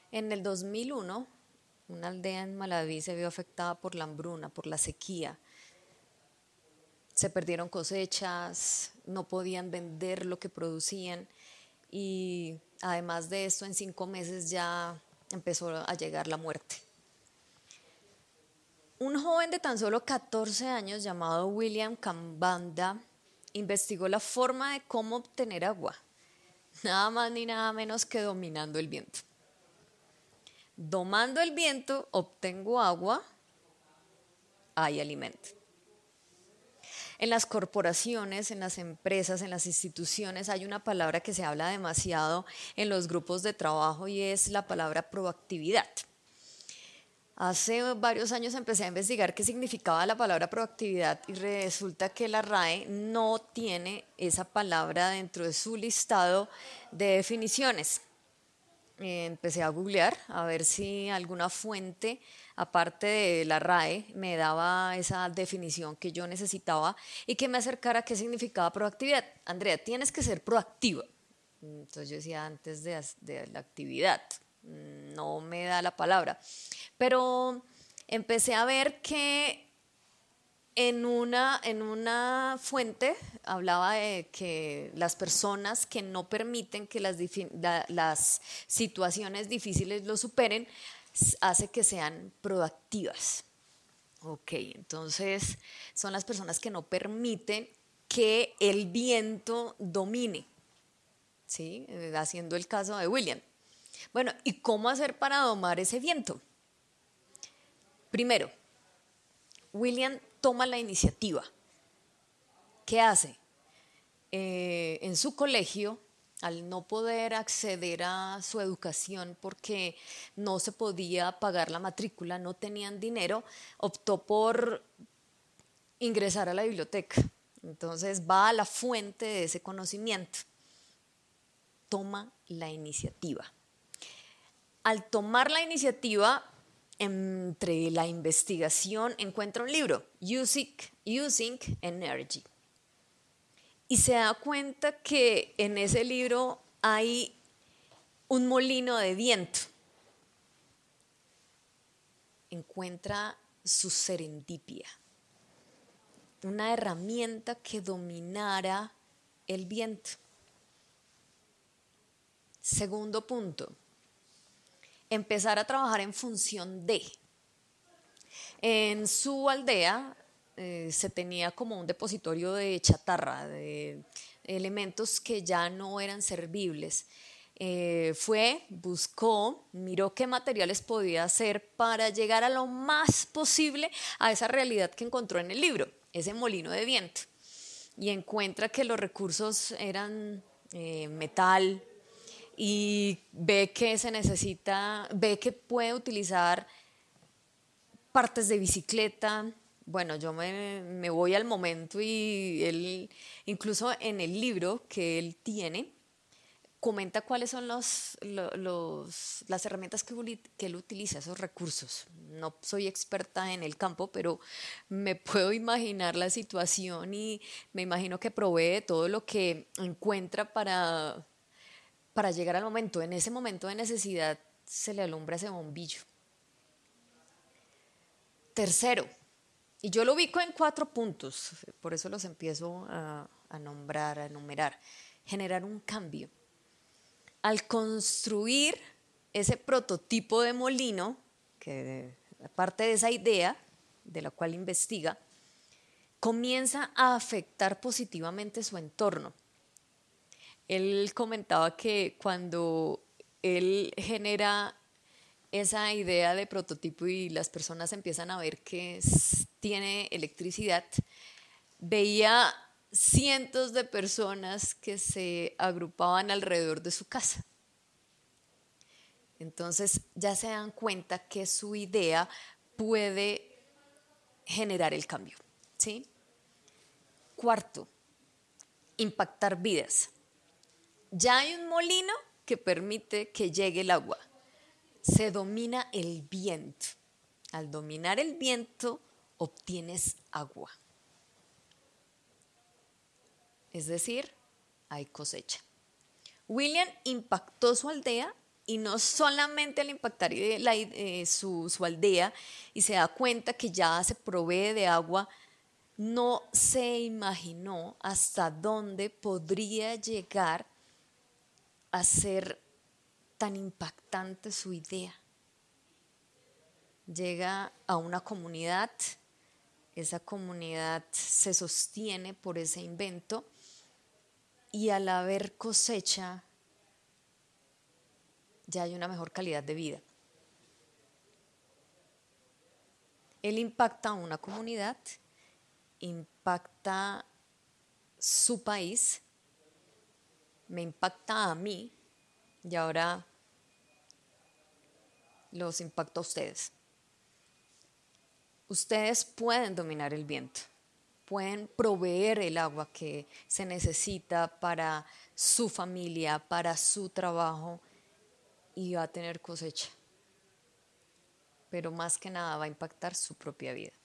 En el 2001, una aldea en Malaví se vio afectada por la hambruna, por la sequía. Se perdieron cosechas, no podían vender lo que producían y además de esto en 5 meses ya empezó a llegar la muerte. Un joven de tan solo 14 años llamado William Kambanda investigó la forma de cómo obtener agua, nada más ni nada menos que dominando el viento. Domando el viento, obtengo agua, hay alimento. En las corporaciones, en las empresas, en las instituciones hay una palabra que se habla demasiado en los grupos de trabajo y es la palabra proactividad. Hace varios años empecé a investigar qué significaba la palabra proactividad y resulta que la RAE no tiene esa palabra dentro de su listado de definiciones. Empecé a googlear a ver si alguna fuente, aparte de la RAE, me daba esa definición que yo necesitaba y que me acercara a qué significaba proactividad. Andrea, tienes que ser proactiva. Entonces yo decía antes de la actividad, no me da la palabra. Pero empecé a ver que en una fuente hablaba de que las personas que no permiten que las situaciones difíciles lo superen, hace que sean proactivas. Ok, entonces son las personas que no permiten que el viento domine, ¿sí? Haciendo el caso de William. Bueno, ¿y cómo hacer para domar ese viento? Primero, William toma la iniciativa. ¿Qué hace? En su colegio, al no poder acceder a su educación porque no se podía pagar la matrícula, no tenían dinero, optó por ingresar a la biblioteca. Entonces va a la fuente de ese conocimiento, toma la iniciativa. Al tomar la iniciativa, entre la investigación, encuentra un libro, Using Energy. Y se da cuenta que en ese libro hay un molino de viento. Encuentra su serendipia, una herramienta que dominara el viento. Segundo punto, empezar a trabajar en función de. En su aldea se tenía como un depositorio de chatarra, de elementos que ya no eran servibles. Buscó, miró qué materiales podía hacer para llegar a lo más posible a esa realidad que encontró en el libro, ese molino de viento. Y encuentra que los recursos eran metal y ve que se necesita, ve que puede utilizar partes de bicicleta. Bueno, yo me voy al momento y él, incluso en el libro que él tiene, comenta cuáles son las herramientas que él utiliza, esos recursos. No soy experta en el campo, pero me puedo imaginar la situación y me imagino que provee todo lo que encuentra para llegar al momento. En ese momento de necesidad se le alumbra ese bombillo. Tercero, y yo lo ubico en 4 puntos, por eso los empiezo a nombrar, a enumerar. Generar un cambio. Al construir ese prototipo de molino, que parte de esa idea de la cual investiga, comienza a afectar positivamente su entorno. Él comentaba que cuando él genera esa idea de prototipo y las personas empiezan a ver que tiene electricidad, veía cientos de personas que se agrupaban alrededor de su casa. Entonces ya se dan cuenta que su idea puede generar el cambio, ¿sí? Cuarto, impactar vidas. Ya hay un molino que permite que llegue el agua. Se domina el viento. Al dominar el viento, obtienes agua. Es decir, hay cosecha. William impactó su aldea Y no solamente al impactar su aldea y se da cuenta que ya se provee de agua, no se imaginó hasta dónde podría llegar a ser tan impactante su idea. Llega a una comunidad, esa comunidad se sostiene por ese invento y al haber cosecha ya hay una mejor calidad de vida. Él impacta a una comunidad, impacta su país, me impacta a mí y ahora los impacta a ustedes. Ustedes pueden dominar el viento, pueden proveer el agua que se necesita para su familia, para su trabajo y va a tener cosecha. Pero más que nada va a impactar su propia vida.